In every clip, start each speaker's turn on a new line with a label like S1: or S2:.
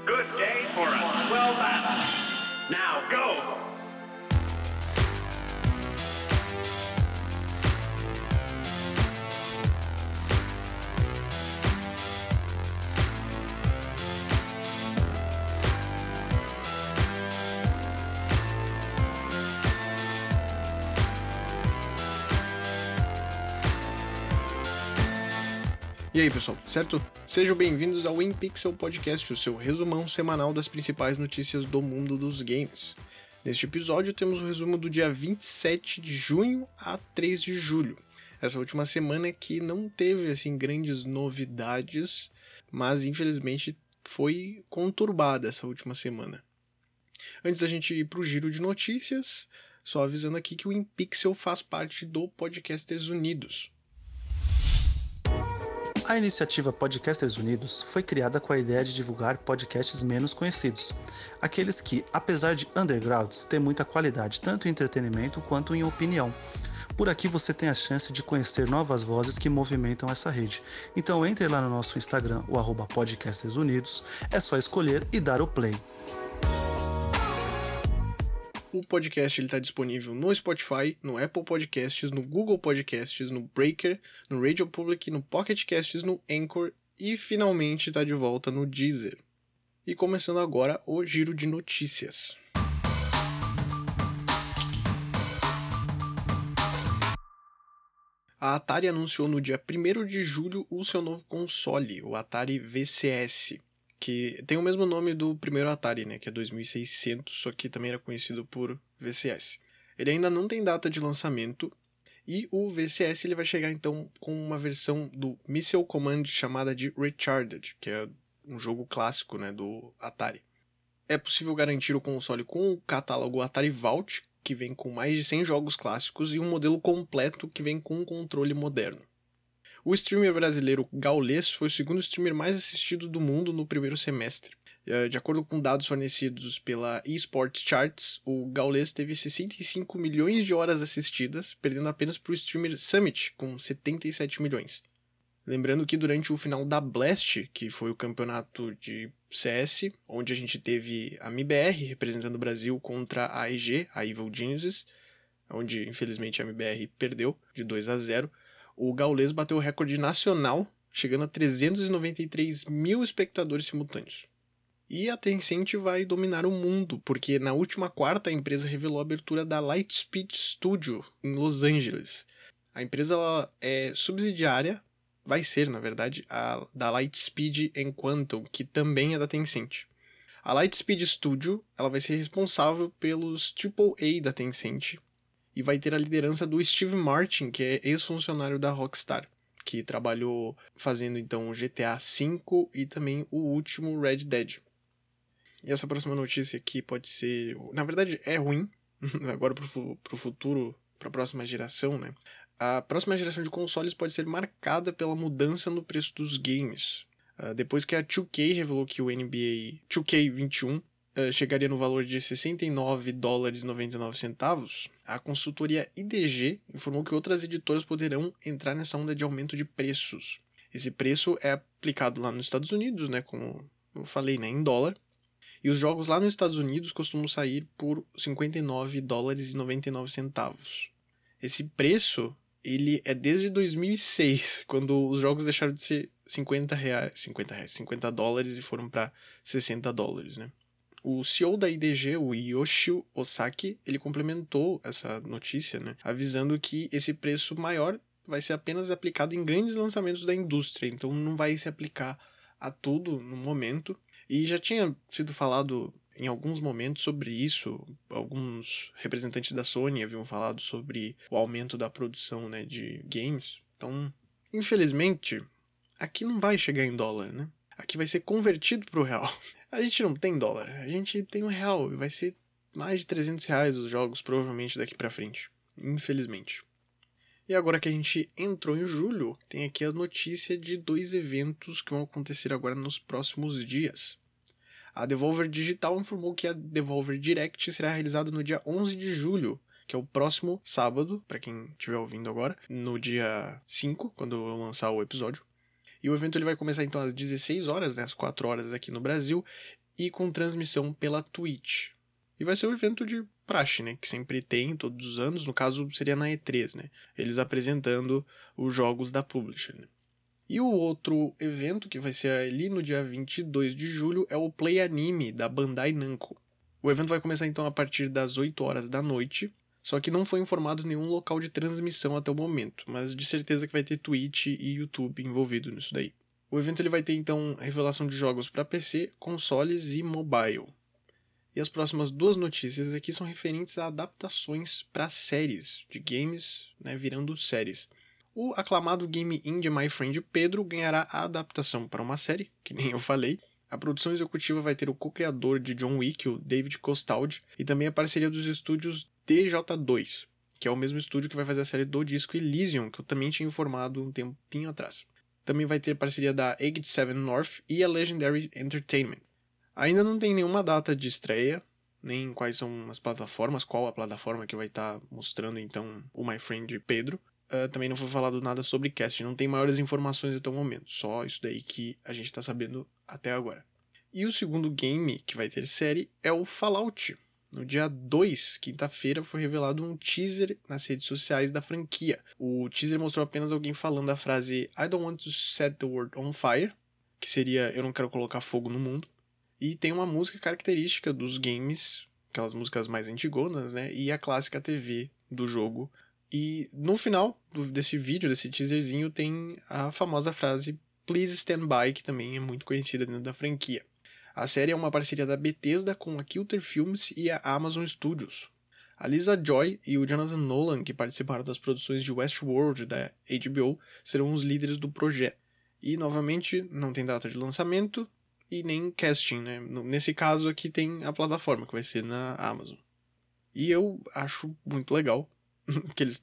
S1: good day for a swell battle. Now go!
S2: E aí pessoal, certo? Sejam bem-vindos ao InPixel Podcast, o seu resumão semanal das principais notícias do mundo dos games. Neste episódio temos o resumo do dia 27 de junho a 3 de julho. Essa última semana que não teve assim grandes novidades, mas infelizmente foi conturbada essa última semana. Antes da gente ir para o giro de notícias, só avisando aqui que o InPixel faz parte do Podcasters Unidos.
S3: A iniciativa Podcasters Unidos foi criada com a ideia de divulgar podcasts menos conhecidos, aqueles que, apesar de undergrounds, têm muita qualidade tanto em entretenimento quanto em opinião. Por aqui você tem a chance de conhecer novas vozes que movimentam essa rede. Então entre lá no nosso Instagram, o @podcastersunidos, é só escolher e dar o play.
S2: O podcast está disponível no Spotify, no Apple Podcasts, no Google Podcasts, no Breaker, no Radio Public, no Pocket Casts, no Anchor e finalmente está de volta no Deezer. E começando agora o giro de notícias. A Atari anunciou no dia 1º de julho o seu novo console, o Atari VCS. Que tem o mesmo nome do primeiro Atari, né, que é 2600, só que também era conhecido por VCS. Ele ainda não tem data de lançamento, e o VCS ele vai chegar então com uma versão do Missile Command chamada de Recharged, que é um jogo clássico, né, do Atari. É possível garantir o console com o catálogo Atari Vault, que vem com mais de 100 jogos clássicos, e um modelo completo que vem com um controle moderno. O streamer brasileiro Gaules foi o segundo streamer mais assistido do mundo no primeiro semestre. De acordo com dados fornecidos pela eSports Charts, o Gaules teve 65 milhões de horas assistidas, perdendo apenas para o streamer Summit, com 77 milhões. Lembrando que durante o final da Blast, que foi o campeonato de CS, onde a gente teve a MIBR representando o Brasil contra a EG, a Evil Geniuses, onde infelizmente a MIBR perdeu de 2-0, o Gaules bateu o recorde nacional, chegando a 393 mil espectadores simultâneos. E a Tencent vai dominar o mundo, porque na última quarta a empresa revelou a abertura da Lightspeed Studio em Los Angeles. A empresa ela é subsidiária, vai ser na verdade, da Lightspeed Quantum, que também é da Tencent. A Lightspeed Studio ela vai ser responsável pelos AAA da Tencent, e vai ter a liderança do Steve Martin, que é ex-funcionário da Rockstar, que trabalhou fazendo então o GTA V e também o último Red Dead. E essa próxima notícia aqui pode ser... Na verdade é ruim, agora pro futuro, para a próxima geração, né? A próxima geração de consoles pode ser marcada pela mudança no preço dos games. Depois que a 2K revelou que o NBA 2K21 chegaria no valor de $69,99, a consultoria IDG informou que outras editoras poderão entrar nessa onda de aumento de preços. Esse preço é aplicado lá nos Estados Unidos, né, como eu falei, né, em dólar, e os jogos lá nos Estados Unidos costumam sair por $59,99. Esse preço ele é desde 2006, quando os jogos deixaram de ser $50 e foram para $60, né? O CEO da IDG, o Yoshio Osaki, ele complementou essa notícia, né, avisando que esse preço maior vai ser apenas aplicado em grandes lançamentos da indústria, então não vai se aplicar a tudo no momento. E já tinha sido falado em alguns momentos sobre isso, alguns representantes da Sony haviam falado sobre o aumento da produção, né, de games. Então, infelizmente, aqui não vai chegar em dólar, né? Aqui vai ser convertido para o real. A gente não tem dólar, a gente tem um real e vai ser mais de R$300 os jogos provavelmente daqui para frente, infelizmente. E agora que a gente entrou em julho, tem aqui a notícia de 2 eventos que vão acontecer agora nos próximos dias. A Devolver Digital informou que a Devolver Direct será realizada no dia 11 de julho, que é o próximo sábado, para quem estiver ouvindo agora, no dia 5, quando eu lançar o episódio. E o evento ele vai começar então às 16 horas, né, às 4 horas aqui no Brasil, e com transmissão pela Twitch. E vai ser um evento de praxe, né, que sempre tem todos os anos, no caso seria na E3, né, eles apresentando os jogos da publisher, né. E o outro evento, que vai ser ali no dia 22 de julho, é o Play Anime, da Bandai Namco. O evento vai começar então a partir das 8 horas da noite, só que não foi informado nenhum local de transmissão até o momento, mas de certeza que vai ter Twitch e YouTube envolvido nisso daí. O evento ele vai ter então revelação de jogos para PC, consoles e mobile. E as próximas 2 notícias aqui são referentes a adaptações para séries de games, né, virando séries. O aclamado game indie My Friend Pedro ganhará a adaptação para uma série, que nem eu falei. A produção executiva vai ter o co-criador de John Wick, o David Costaldi, e também a parceria dos estúdios DJ2, que é o mesmo estúdio que vai fazer a série do Disco Elysium, que eu também tinha informado um tempinho atrás. Também vai ter parceria da Aged 7 North e a Legendary Entertainment. Ainda não tem nenhuma data de estreia, nem quais são as plataformas, qual a plataforma que vai estar mostrando então o My Friend Pedro. Também não foi falado nada sobre casting, não tem maiores informações até o momento, só isso daí que a gente está sabendo até agora. E o segundo game que vai ter série é o Fallout. No dia 2, quinta-feira, foi revelado um teaser nas redes sociais da franquia. O teaser mostrou apenas alguém falando a frase I don't want to set the world on fire, que seria eu não quero colocar fogo no mundo. E tem uma música característica dos games, aquelas músicas mais antigonas, né? E a clássica TV do jogo. E no final desse vídeo, desse teaserzinho, tem a famosa frase Please Stand By, que também é muito conhecida dentro da franquia. A série é uma parceria da Bethesda com a Kilter Films e a Amazon Studios. A Lisa Joy e o Jonathan Nolan, que participaram das produções de Westworld da HBO, serão os líderes do projeto. E, novamente, não tem data de lançamento e nem casting, né? Nesse caso aqui tem a plataforma, que vai ser na Amazon. E eu acho muito legal que eles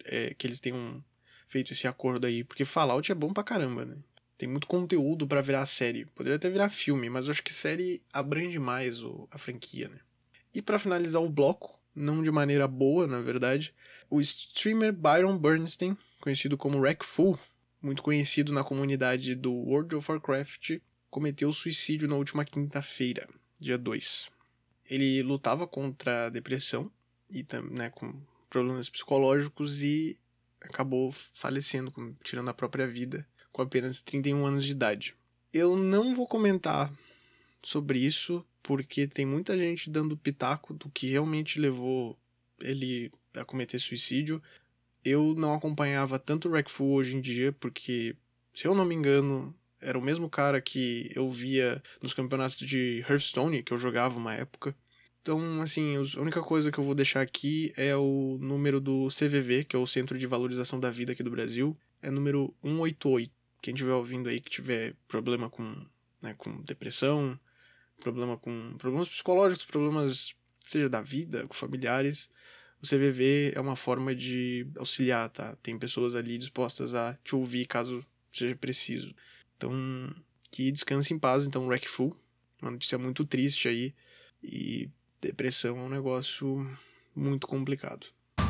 S2: tenham feito esse acordo aí, porque Fallout é bom pra caramba, né? Tem muito conteúdo pra virar série. Poderia até virar filme, mas eu acho que série abrange mais a franquia, né? E pra finalizar o bloco, não de maneira boa, na verdade, o streamer Byron Bernstein, conhecido como Wreckful, muito conhecido na comunidade do World of Warcraft, cometeu suicídio na última quinta-feira, dia 2. Ele lutava contra a depressão e, né, com problemas psicológicos e acabou falecendo, tirando a própria vida, com apenas 31 anos de idade. Eu não vou comentar sobre isso, porque tem muita gente dando pitaco do que realmente levou ele a cometer suicídio. Eu não acompanhava tanto o Wreckful hoje em dia, porque, se eu não me engano, era o mesmo cara que eu via nos campeonatos de Hearthstone, que eu jogava uma época. Então, assim, a única coisa que eu vou deixar aqui é o número do CVV, que é o Centro de Valorização da Vida aqui do Brasil. É número 188. Quem estiver ouvindo aí que tiver problema com depressão, problemas psicológicos, problemas, seja da vida, com familiares, o CVV é uma forma de auxiliar, tá? Tem pessoas ali dispostas a te ouvir caso seja preciso. Então, que descanse em paz, então, Wreckful. Uma notícia muito triste aí. E depressão é um negócio muito complicado.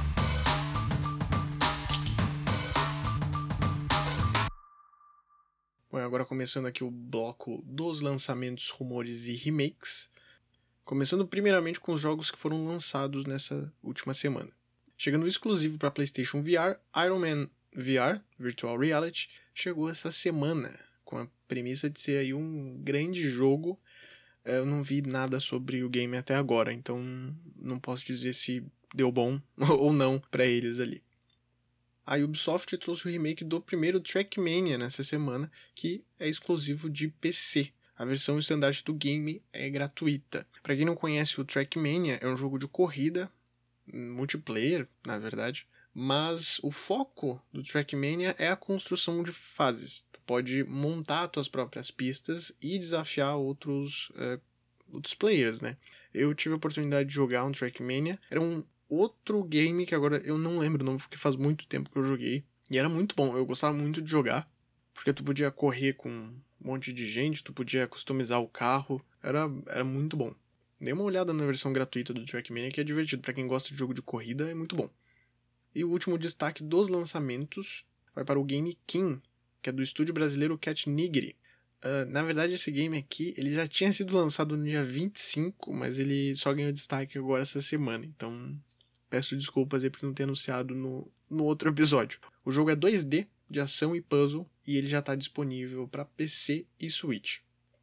S2: Bom, agora começando aqui o bloco dos lançamentos, rumores e remakes. Começando primeiramente com os jogos que foram lançados nessa última semana. Chegando exclusivo para PlayStation VR, Iron Man VR, Virtual Reality, chegou essa semana, com a premissa de ser aí um grande jogo. Eu não vi nada sobre o game até agora, então não posso dizer se deu bom ou não para eles ali. A Ubisoft trouxe o remake do primeiro Trackmania nessa semana, que é exclusivo de PC. A versão standard do game é gratuita. Para quem não conhece, o Trackmania é um jogo de corrida, multiplayer, na verdade, mas o foco do Trackmania é a construção de fases. Tu pode montar tuas próprias pistas e desafiar outros players, né? Eu tive a oportunidade de jogar um Trackmania, era um outro game que agora eu não lembro o nome, porque faz muito tempo que eu joguei, e era muito bom, eu gostava muito de jogar, porque tu podia correr com um monte de gente, tu podia customizar o carro, era muito bom. Dê uma olhada na versão gratuita do Trackmania, que é divertido, pra quem gosta de jogo de corrida, é muito bom. E o último destaque dos lançamentos vai para o Game King, que é do estúdio brasileiro Cat Nigiri. Na verdade, esse game aqui, ele já tinha sido lançado no dia 25, mas ele só ganhou destaque agora essa semana, então peço desculpas aí por não ter anunciado no outro episódio. O jogo é 2D, de ação e puzzle, e ele já está disponível para PC e Switch.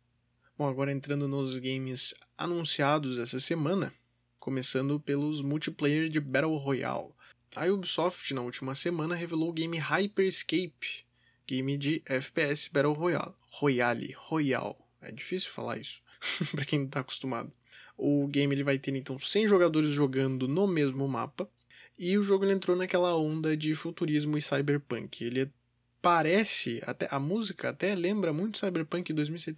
S2: Bom, agora entrando nos games anunciados essa semana, começando pelos multiplayer de Battle Royale. A Ubisoft, na última semana, revelou o game Hyperscape, game de FPS Battle Royale. É difícil falar isso, para quem não tá acostumado. O game ele vai ter, então, 100 jogadores jogando no mesmo mapa, e o jogo ele entrou naquela onda de futurismo e cyberpunk. Ele parece, até a música até lembra muito Cyberpunk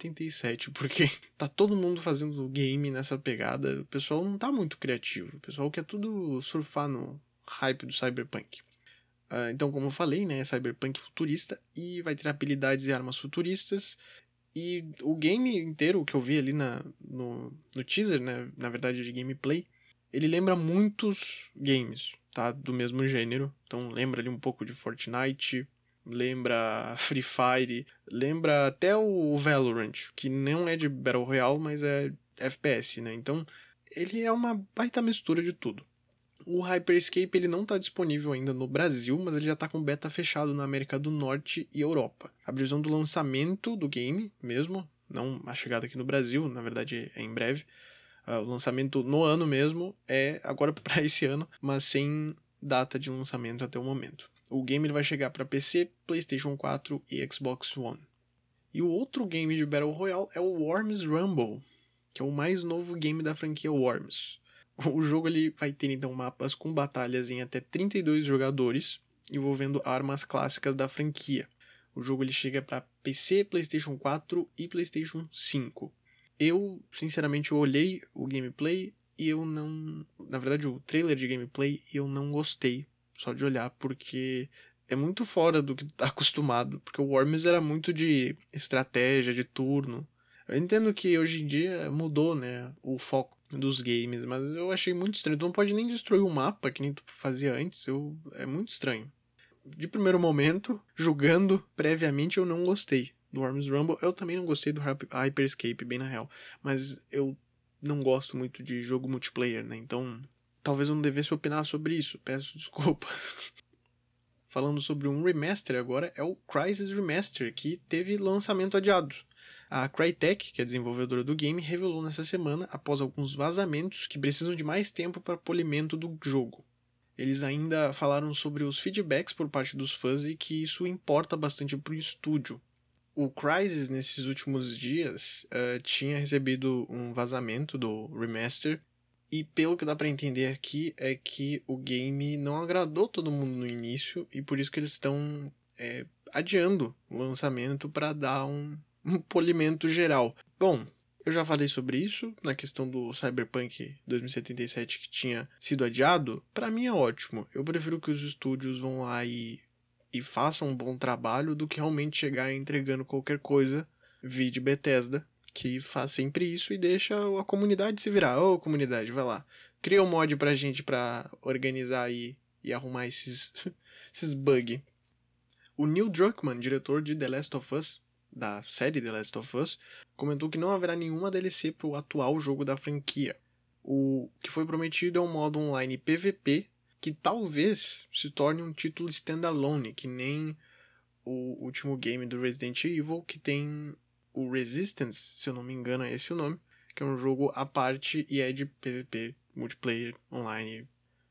S2: 2077, porque tá todo mundo fazendo game nessa pegada, o pessoal não tá muito criativo, o pessoal quer tudo surfar no hype do Cyberpunk. Então, como eu falei, né, é Cyberpunk futurista e vai ter habilidades e armas futuristas. E o game inteiro que eu vi ali no teaser, né, na verdade de gameplay, ele lembra muitos games, tá, do mesmo gênero. Então lembra ali um pouco de Fortnite, lembra Free Fire, lembra até o Valorant, que não é de Battle Royale, mas é FPS, né. Então ele é uma baita mistura de tudo. O Hyperscape ele não está disponível ainda no Brasil, mas ele já está com beta fechado na América do Norte e Europa. A previsão do lançamento do game mesmo, não a chegada aqui no Brasil, na verdade é em breve. O lançamento no ano mesmo é agora para esse ano, mas sem data de lançamento até o momento. O game ele vai chegar para PC, PlayStation 4 e Xbox One. E o outro game de Battle Royale é o Worms Rumble, que é o mais novo game da franquia Worms. O jogo ele vai ter então mapas com batalhas em até 32 jogadores, envolvendo armas clássicas da franquia. O jogo ele chega para PC, PlayStation 4 e PlayStation 5. Eu, sinceramente, olhei o gameplay e eu não... Na verdade, o trailer de gameplay eu não gostei, só de olhar, porque é muito fora do que tu tá acostumado. Porque o Worms era muito de estratégia, de turno. Eu entendo que hoje em dia mudou, né, o foco dos games, mas eu achei muito estranho. Tu não pode nem destruir o mapa que nem tu fazia antes, é muito estranho. De primeiro momento, julgando previamente, eu não gostei do Worms Rumble. Eu também não gostei do Hyperscape, bem na real, mas eu não gosto muito de jogo multiplayer, né, então talvez eu não devesse opinar sobre isso, peço desculpas. Falando sobre um remaster agora, é o Crysis Remaster, que teve lançamento adiado. A Crytek, que é a desenvolvedora do game, revelou nessa semana, após alguns vazamentos, que precisam de mais tempo para polimento do jogo. Eles ainda falaram sobre os feedbacks por parte dos fãs e que isso importa bastante para o estúdio. O Crysis, nesses últimos dias, tinha recebido um vazamento do remaster, e pelo que dá para entender aqui, é que o game não agradou todo mundo no início, e por isso que eles estão adiando o lançamento para dar um polimento geral. Bom, eu já falei sobre isso na questão do Cyberpunk 2077 que tinha sido adiado. Para mim é ótimo. Eu prefiro que os estúdios vão lá e façam um bom trabalho do que realmente chegar entregando qualquer coisa, vide Bethesda, que faz sempre isso e deixa a comunidade se virar. Ô, comunidade, vai lá. Cria um mod pra gente pra organizar e arrumar esses bugs. O Neil Druckmann, diretor de The Last of Us, da série The Last of Us, comentou que não haverá nenhuma DLC para o atual jogo da franquia. O que foi prometido é um modo online PVP que talvez se torne um título standalone, que nem o último game do Resident Evil, que tem o Resistance, se eu não me engano é esse o nome, que é um jogo à parte e é de PVP, multiplayer, online.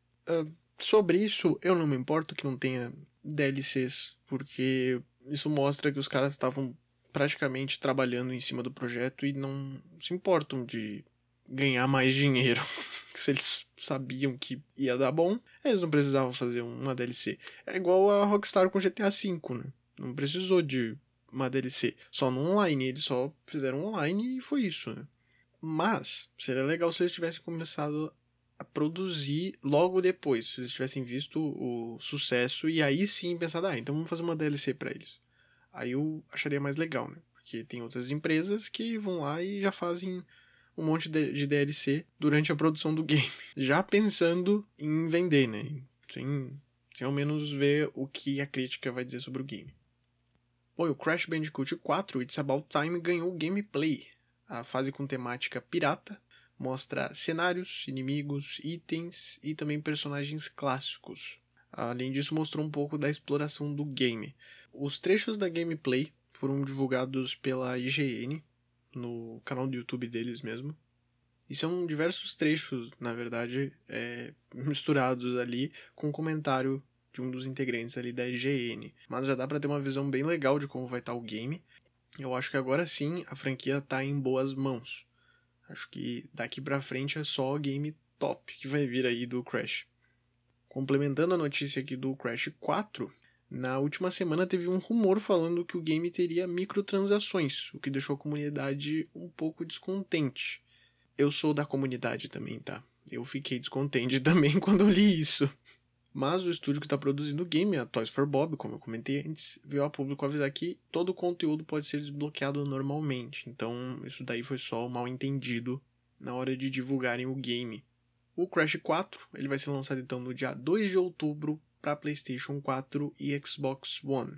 S2: Sobre isso, eu não me importo que não tenha DLCs, porque isso mostra que os caras estavam praticamente trabalhando em cima do projeto e não se importam de ganhar mais dinheiro. Se eles sabiam que ia dar bom, eles não precisavam fazer uma DLC. É igual a Rockstar com GTA V, né? Não precisou de uma DLC. Só no online, eles só fizeram online e foi isso, né? Mas seria legal se eles tivessem começado a produzir logo depois, se eles tivessem visto o sucesso e aí sim pensado, então vamos fazer uma DLC pra eles. Aí eu acharia mais legal, né? Porque tem outras empresas que vão lá e já fazem um monte de DLC durante a produção do game, já pensando em vender, né? Sem ao menos ver o que a crítica vai dizer sobre o game. Bom, e o Crash Bandicoot 4 It's About Time ganhou gameplay. A fase com temática pirata mostra cenários, inimigos, itens e também personagens clássicos. Além disso, mostrou um pouco da exploração do game. Os trechos da gameplay foram divulgados pela IGN, no canal do YouTube deles mesmo. E são diversos trechos, na verdade, misturados ali com um comentário de um dos integrantes ali da IGN. Mas já dá pra ter uma visão bem legal de como vai estar o game. Eu acho que agora sim a franquia tá em boas mãos. Acho que daqui pra frente é só game top que vai vir aí do Crash. Complementando a notícia aqui do Crash 4, na última semana teve um rumor falando que o game teria microtransações, o que deixou a comunidade um pouco descontente. Eu sou da comunidade também, tá? Eu fiquei descontente também quando eu li isso. Mas o estúdio que está produzindo o game, a Toys for Bob, como eu comentei antes, veio a público avisar que todo o conteúdo pode ser desbloqueado normalmente. Então isso daí foi só mal entendido na hora de divulgarem o game. O Crash 4 ele vai ser lançado então no dia 2 de outubro para PlayStation 4 e Xbox One.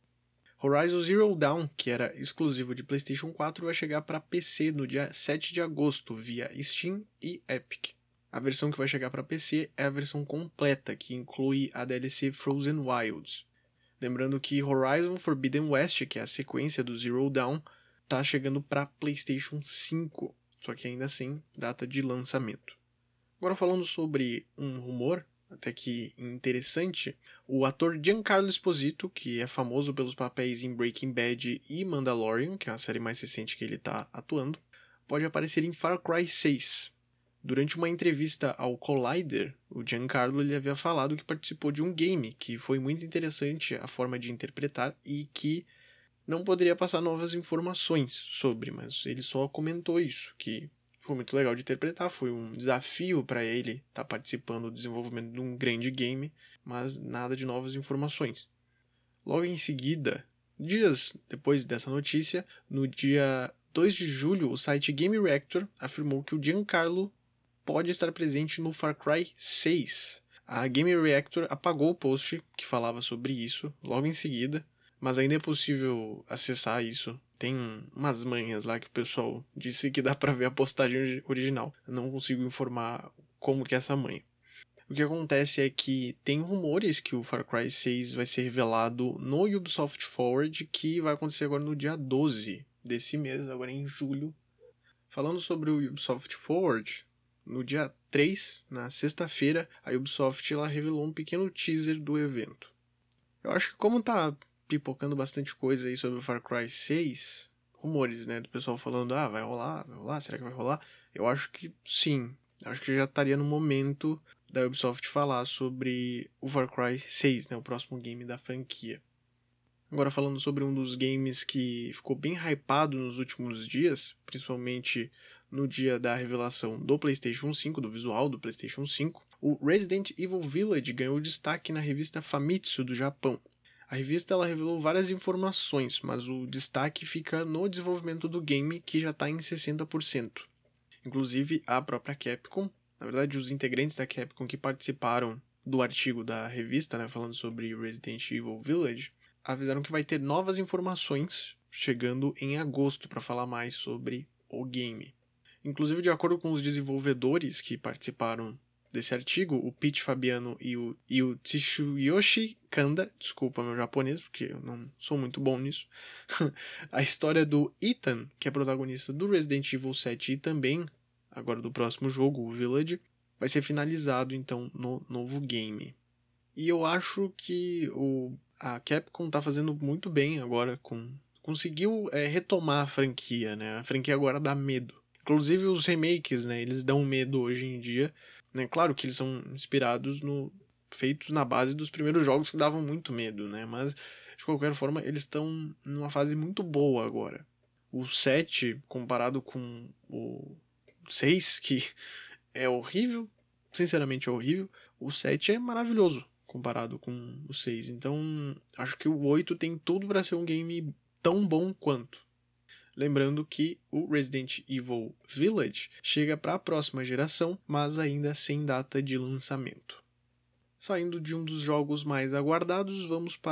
S2: Horizon Zero Dawn, que era exclusivo de PlayStation 4, vai chegar para PC no dia 7 de agosto via Steam e Epic. A versão que vai chegar para PC é a versão completa, que inclui a DLC Frozen Wilds. Lembrando que Horizon Forbidden West, que é a sequência do Zero Dawn, está chegando para PlayStation 5, só que ainda assim, data de lançamento. Agora falando sobre um rumor, até que interessante, o ator Giancarlo Esposito, que é famoso pelos papéis em Breaking Bad e Mandalorian, que é a série mais recente que ele está atuando, pode aparecer em Far Cry 6. Durante uma entrevista ao Collider, o Giancarlo ele havia falado que participou de um game que foi muito interessante a forma de interpretar e que não poderia passar novas informações sobre, mas ele só comentou isso, que foi muito legal de interpretar, foi um desafio para ele estar participando do desenvolvimento de um grande game, mas nada de novas informações. Logo em seguida, dias depois dessa notícia, no dia 2 de julho, o site Game Reactor afirmou que o Giancarlo pode estar presente no Far Cry 6. A Game Reactor apagou o post que falava sobre isso logo em seguida, mas ainda é possível acessar isso. Tem umas manhas lá que o pessoal disse que dá pra ver a postagem original. Eu não consigo informar como que é essa manha. O que acontece é que tem rumores que o Far Cry 6 vai ser revelado no Ubisoft Forward, que vai acontecer agora no dia 12 desse mês, agora em julho. Falando sobre o Ubisoft Forward, no dia 3, na sexta-feira, a Ubisoft ela revelou um pequeno teaser do evento. Eu acho que como tá pipocando bastante coisa aí sobre o Far Cry 6, rumores, né, do pessoal falando, vai rolar, será que vai rolar? Eu acho que sim, acho que já estaria no momento da Ubisoft falar sobre o Far Cry 6, né, o próximo game da franquia. Agora falando sobre um dos games que ficou bem hypado nos últimos dias, principalmente no dia da revelação do PlayStation 5, do visual do PlayStation 5, o Resident Evil Village ganhou destaque na revista Famitsu do Japão. A revista ela revelou várias informações, mas o destaque fica no desenvolvimento do game, que já está em 60%. Inclusive a própria Capcom, na verdade os integrantes da Capcom que participaram do artigo da revista, né, falando sobre Resident Evil Village, avisaram que vai ter novas informações chegando em agosto para falar mais sobre o game. Inclusive, de acordo com os desenvolvedores que participaram desse artigo, o Pete Fabiano e o Tsuyoshi Kanda, desculpa meu japonês, porque eu não sou muito bom nisso, a história do Ethan, que é protagonista do Resident Evil 7 e também, agora do próximo jogo, o Village, vai ser finalizado então no novo game. E eu acho que a Capcom tá fazendo muito bem agora, conseguiu retomar a franquia, né? A franquia agora dá medo. Inclusive os remakes, né? Eles dão medo hoje em dia. Né? Claro que eles são inspirados feitos na base dos primeiros jogos que davam muito medo, né? Mas, de qualquer forma, eles estão numa fase muito boa agora. O 7, comparado com o 6, que é horrível, sinceramente é horrível, o 7 é maravilhoso comparado com o 6. Então, acho que o 8 tem tudo para ser um game tão bom quanto. Lembrando que o Resident Evil Village chega para a próxima geração, mas ainda sem data de lançamento. Saindo de um dos jogos mais aguardados, vamos para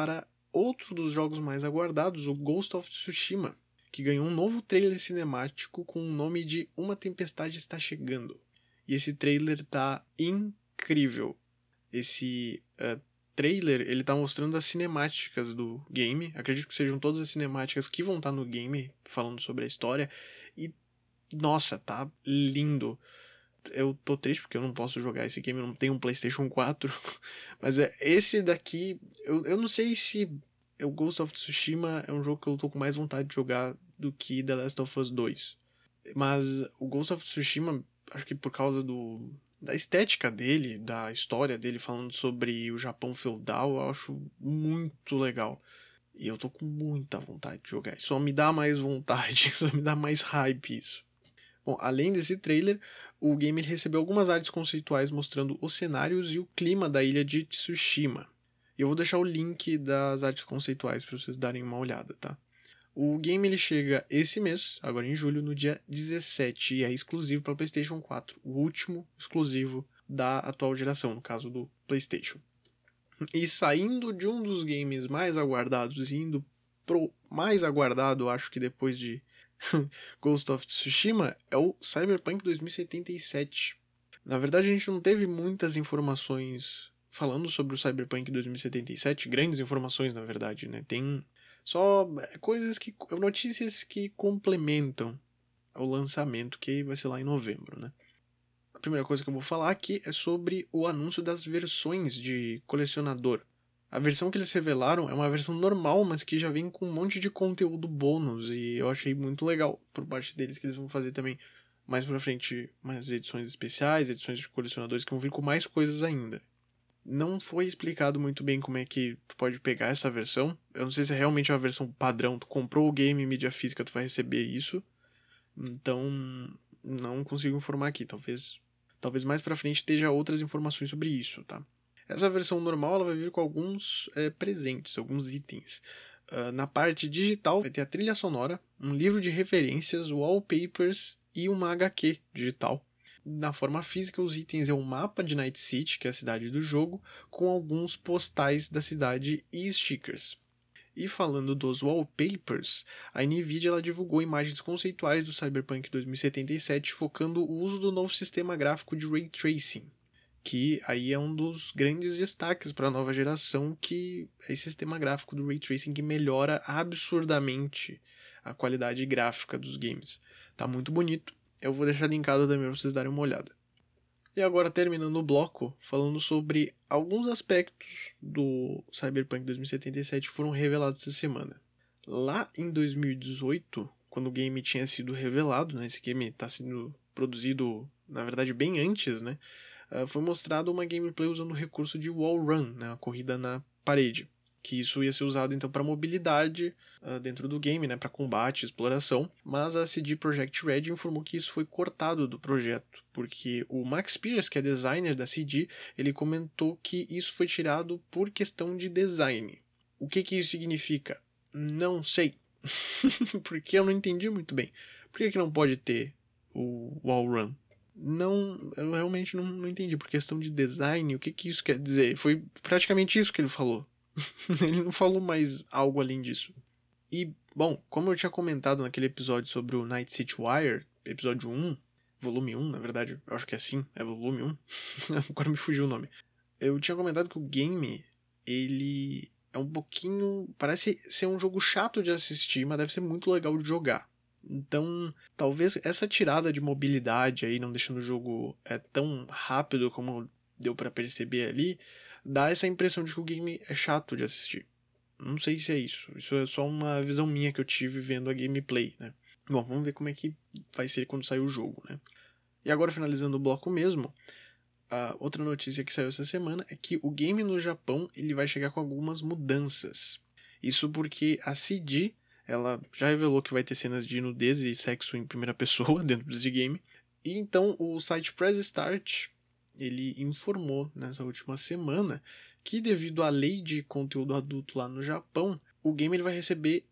S2: outro dos jogos mais aguardados, o Ghost of Tsushima, que ganhou um novo trailer cinemático com o nome de Uma Tempestade Está Chegando. E esse trailer tá incrível. Esse trailer, ele tá mostrando as cinemáticas do game. Acredito que sejam todas as cinemáticas que vão estar no game, falando sobre a história. E, nossa, tá lindo. Eu tô triste porque eu não posso jogar esse game, eu não tenho um PlayStation 4. Mas esse daqui, eu não sei se o Ghost of Tsushima é um jogo que eu tô com mais vontade de jogar do que The Last of Us 2. Mas o Ghost of Tsushima, acho que por causa da estética dele, da história dele falando sobre o Japão feudal, eu acho muito legal. E eu tô com muita vontade de jogar. Só me dá mais vontade, só me dá mais hype isso. Bom, além desse trailer, o game recebeu algumas artes conceituais mostrando os cenários e o clima da ilha de Tsushima. E eu vou deixar o link das artes conceituais para vocês darem uma olhada, tá? O game ele chega esse mês, agora em julho, no dia 17, e é exclusivo para PlayStation 4, o último exclusivo da atual geração, no caso do PlayStation. E saindo de um dos games mais aguardados e indo pro mais aguardado, acho que depois de Ghost of Tsushima, é o Cyberpunk 2077. Na verdade, a gente não teve muitas informações falando sobre o Cyberpunk 2077, grandes informações, na verdade, né? Tem só notícias que complementam o lançamento, que vai ser lá em novembro, né? A primeira coisa que eu vou falar aqui é sobre o anúncio das versões de colecionador. A versão que eles revelaram é uma versão normal, mas que já vem com um monte de conteúdo bônus, e eu achei muito legal por parte deles que eles vão fazer também mais pra frente umas edições especiais, edições de colecionadores que vão vir com mais coisas ainda. Não foi explicado muito bem como é que tu pode pegar essa versão. Eu não sei se é realmente uma versão padrão, tu comprou o game em mídia física, tu vai receber isso. Então, não consigo informar aqui, talvez mais pra frente esteja outras informações sobre isso, tá? Essa versão normal ela vai vir com alguns presentes, alguns itens. Na parte digital vai ter a trilha sonora, um livro de referências, wallpapers e uma HQ digital. Na forma física, os itens é um mapa de Night City, que é a cidade do jogo, com alguns postais da cidade e stickers. E falando dos wallpapers, a Nvidia ela divulgou imagens conceituais do Cyberpunk 2077 focando o uso do novo sistema gráfico de Ray Tracing, que aí é um dos grandes destaques para a nova geração, que é esse sistema gráfico do Ray Tracing que melhora absurdamente a qualidade gráfica dos games. Tá muito bonito, eu vou deixar linkado também para vocês darem uma olhada. E agora terminando o bloco, falando sobre alguns aspectos do Cyberpunk 2077 que foram revelados essa semana. Lá em 2018, quando o game tinha sido revelado, né, esse game está sendo produzido, na verdade, bem antes, né, foi mostrado uma gameplay usando o recurso de wall run, né, a corrida na parede. Que isso ia ser usado então para mobilidade dentro do game, né, para combate, exploração, mas a CD Projekt Red informou que isso foi cortado do projeto, porque o Max Pierce, que é designer da CD, ele comentou que isso foi tirado por questão de design. O que isso significa? Não sei, porque eu não entendi muito bem. Por que não pode ter o wall run? Não, eu realmente não entendi. Por questão de design, o que isso quer dizer? Foi praticamente isso que ele falou. Ele não falou mais algo além disso. E, bom, como eu tinha comentado naquele episódio sobre o Night City Wire, episódio 1, volume 1, na verdade, eu acho que é assim, é volume 1, agora me fugiu o nome. Eu tinha comentado que o game, ele é um pouquinho, parece ser um jogo chato de assistir, mas deve ser muito legal de jogar. Então, talvez essa tirada de mobilidade aí, não deixando o jogo tão rápido como deu pra perceber ali, dá essa impressão de que o game é chato de assistir. Não sei se é isso. Isso é só uma visão minha que eu tive vendo a gameplay, né? Bom, vamos ver como é que vai ser quando sair o jogo, né? E agora, finalizando o bloco mesmo, a outra notícia que saiu essa semana é que o game no Japão ele vai chegar com algumas mudanças. Isso porque a CD ela já revelou que vai ter cenas de nudez e sexo em primeira pessoa dentro desse game. E então o site Press Start ele informou nessa última semana que devido à lei de conteúdo adulto lá no Japão, o game ele vai receber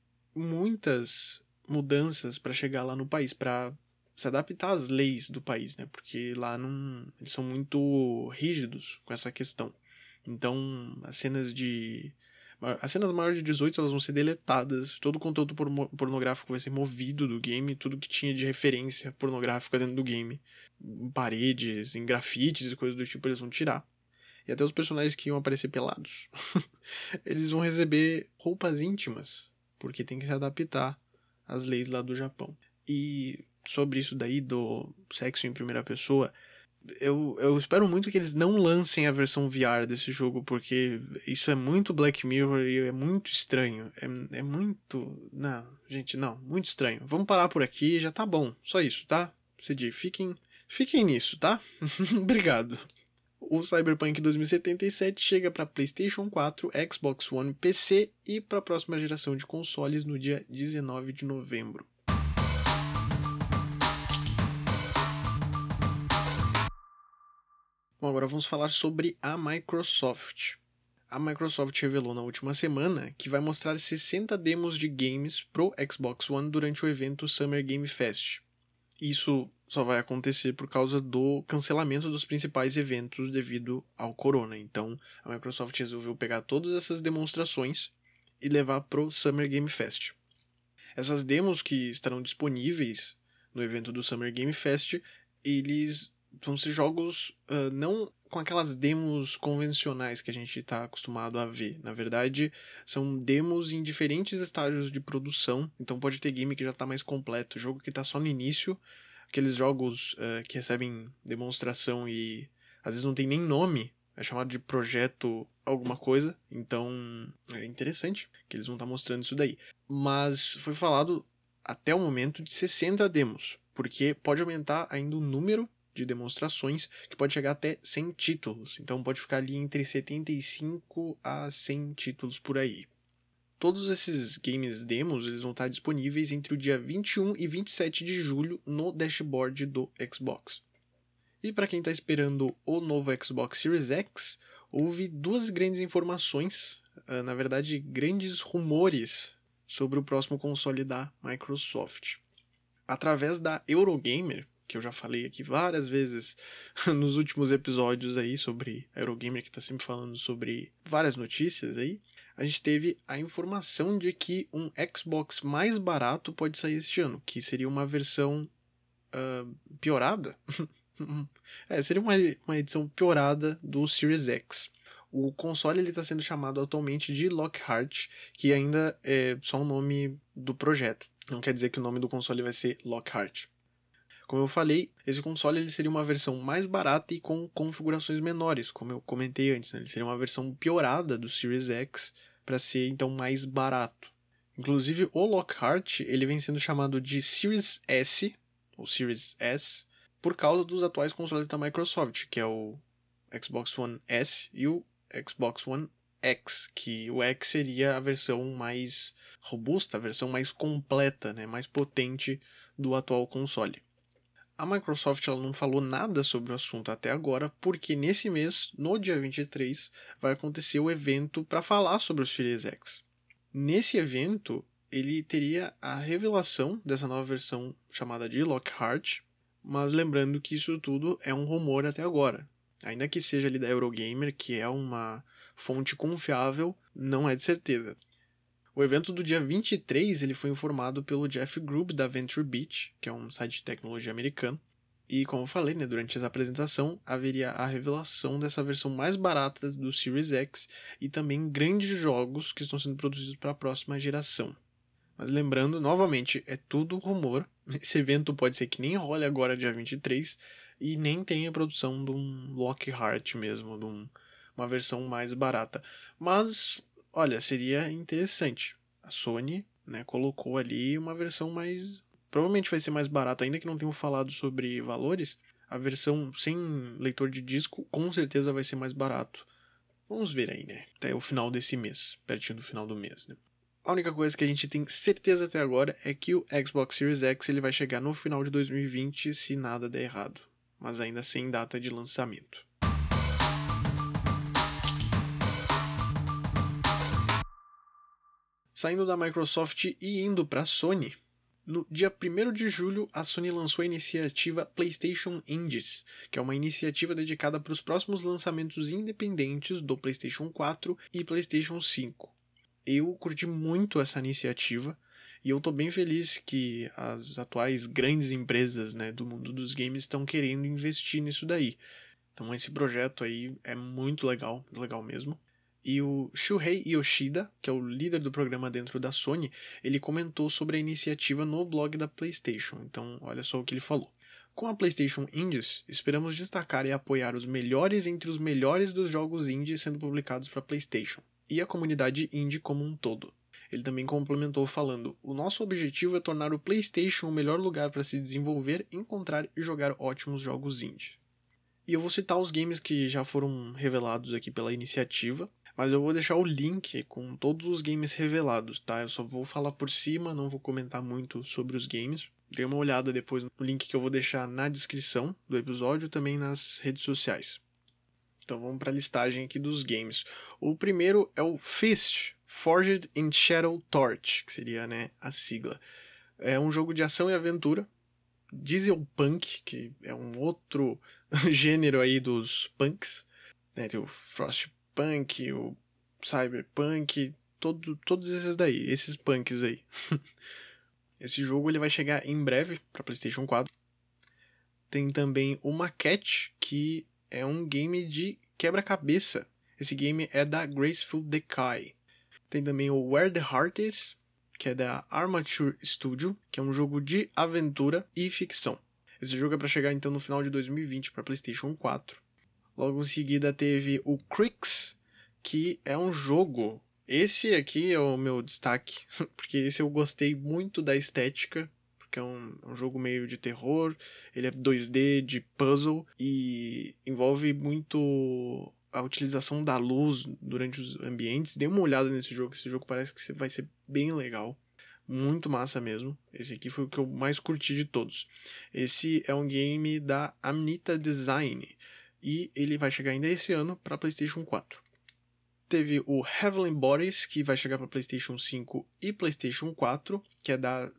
S2: muitas mudanças para chegar lá no país, para se adaptar às leis do país, né? Porque lá eles são muito rígidos com essa questão. Então, as cenas de As cenas maiores de 18 elas vão ser deletadas, todo o conteúdo pornográfico vai ser movido do game, tudo que tinha de referência pornográfica dentro do game, em paredes, em grafites e coisas do tipo, eles vão tirar. E até os personagens que iam aparecer pelados, eles vão receber roupas íntimas, porque tem que se adaptar às leis lá do Japão. E sobre isso daí do sexo em primeira pessoa, eu espero muito que eles não lancem a versão VR desse jogo, porque isso é muito Black Mirror e é muito estranho. É muito... Não, gente, não. Muito estranho. Vamos parar por aqui, já tá bom. Só isso, tá? CD, fiquem nisso, tá? Obrigado. O Cyberpunk 2077 chega para PlayStation 4, Xbox One, PC e para a próxima geração de consoles no dia 19 de novembro. Bom, agora vamos falar sobre a Microsoft. A Microsoft revelou na última semana que vai mostrar 60 demos de games pro Xbox One durante o evento Summer Game Fest. Isso só vai acontecer por causa do cancelamento dos principais eventos devido ao corona. Então, a Microsoft resolveu pegar todas essas demonstrações e levar pro Summer Game Fest. Essas demos que estarão disponíveis no evento do Summer Game Fest, eles vão ser jogos não com aquelas demos convencionais que a gente está acostumado a ver. Na verdade, são demos em diferentes estágios de produção, então pode ter game que já está mais completo, jogo que está só no início, aqueles jogos que recebem demonstração e às vezes não tem nem nome, é chamado de projeto alguma coisa, então é interessante que eles vão estar mostrando isso daí. Mas foi falado até o momento de 60 demos, porque pode aumentar ainda o número de demonstrações, que pode chegar até 100 títulos. Então pode ficar ali entre 75 a 100 títulos por aí. Todos esses games demos eles vão estar disponíveis entre o dia 21 e 27 de julho no dashboard do Xbox. E para quem está esperando o novo Xbox Series X, houve duas grandes informações, na verdade grandes rumores sobre o próximo console da Microsoft. Através da Eurogamer, que eu já falei aqui várias vezes nos últimos episódios aí sobre a Eurogamer, que está sempre falando sobre várias notícias aí, a gente teve a informação de que um Xbox mais barato pode sair este ano, que seria uma versão piorada. Seria uma edição piorada do Series X. O console está sendo chamado atualmente de Lockhart, que ainda é só o nome do projeto. Não quer dizer que o nome do console vai ser Lockhart. Como eu falei, esse console ele seria uma versão mais barata e com configurações menores, como eu comentei antes. Né? Ele seria uma versão piorada do Series X para ser então mais barato. Inclusive o Lockhart ele vem sendo chamado de Series S, ou Series S, por causa dos atuais consoles da Microsoft, que é o Xbox One S e o Xbox One X, que o X seria a versão mais robusta, a versão mais completa, né? Mais potente do atual console. A Microsoft ela não falou nada sobre o assunto até agora, porque nesse mês, no dia 23, vai acontecer o evento para falar sobre o Series X. Nesse evento, ele teria a revelação dessa nova versão chamada de Lockhart, mas lembrando que isso tudo é um rumor até agora. Ainda que seja ali da Eurogamer, que é uma fonte confiável, não é de certeza. O evento do dia 23 ele foi informado pelo Jeff Grubb da VentureBeat, que é um site de tecnologia americano. E como eu falei, né, durante essa apresentação haveria a revelação dessa versão mais barata do Series X e também grandes jogos que estão sendo produzidos para a próxima geração. Mas lembrando, novamente, é tudo rumor. Esse evento pode ser que nem role agora dia 23 e nem tenha produção de um Lockhart mesmo, de uma versão mais barata. Mas olha, seria interessante. A Sony, né, colocou ali uma versão mais... Provavelmente vai ser mais barata, ainda que não tenham falado sobre valores. A versão sem leitor de disco com certeza vai ser mais barato. Vamos ver aí, né? Até o final desse mês, pertinho do final do mês, né? A única coisa que a gente tem certeza até agora é que o Xbox Series X ele vai chegar no final de 2020 se nada der errado. Mas ainda sem data de lançamento. Saindo da Microsoft e indo para a Sony, no dia 1º de julho a Sony lançou a iniciativa PlayStation Indies, que é uma iniciativa dedicada para os próximos lançamentos independentes do PlayStation 4 e PlayStation 5. Eu curti muito essa iniciativa e eu tô bem feliz que as atuais grandes empresas, né, do mundo dos games estão querendo investir nisso daí. Então esse projeto aí é muito legal mesmo. E o Shuhei Yoshida, que é o líder do programa dentro da Sony, ele comentou sobre a iniciativa no blog da PlayStation. Então olha só o que ele falou. Com a PlayStation Indies, esperamos destacar e apoiar os melhores entre os melhores dos jogos indie sendo publicados para PlayStation, e a comunidade indie como um todo. Ele também complementou falando: o nosso objetivo é tornar o PlayStation o melhor lugar para se desenvolver, encontrar e jogar ótimos jogos indie. E eu vou citar os games que já foram revelados aqui pela iniciativa, mas eu vou deixar o link com todos os games revelados, tá? Eu só vou falar por cima, não vou comentar muito sobre os games. Dê uma olhada depois no link que eu vou deixar na descrição do episódio, também nas redes sociais. Então vamos para a listagem aqui dos games. O primeiro é o Fist, Forged in Shadow Torch, que seria, né, a sigla. É um jogo de ação e aventura, dieselpunk, que é um outro gênero aí dos punks, né? Tem o frostpunk, o cyberpunk, todos esses daí, esses punks aí. Esse jogo ele vai chegar em breve para PlayStation 4. Tem também o Maquette, que é um game de quebra-cabeça. Esse game é da Graceful Decay. Tem também o Where the Heart Is, que é da Armature Studio, que é um jogo de aventura e ficção. Esse jogo é para chegar então no final de 2020 para PlayStation 4. Logo em seguida teve o Crix, que é um jogo. Esse aqui é o meu destaque, porque esse eu gostei muito da estética, porque é um jogo meio de terror, ele é 2D de puzzle e envolve muito a utilização da luz durante os ambientes. Dê uma olhada nesse jogo, esse jogo parece que vai ser bem legal. Muito massa mesmo. Esse aqui foi o que eu mais curti de todos. Esse é um game da Amnita Design e ele vai chegar ainda esse ano para PlayStation 4. Teve o Heavenly Bodies, que vai chegar para PlayStation 5 e PlayStation 4, que é da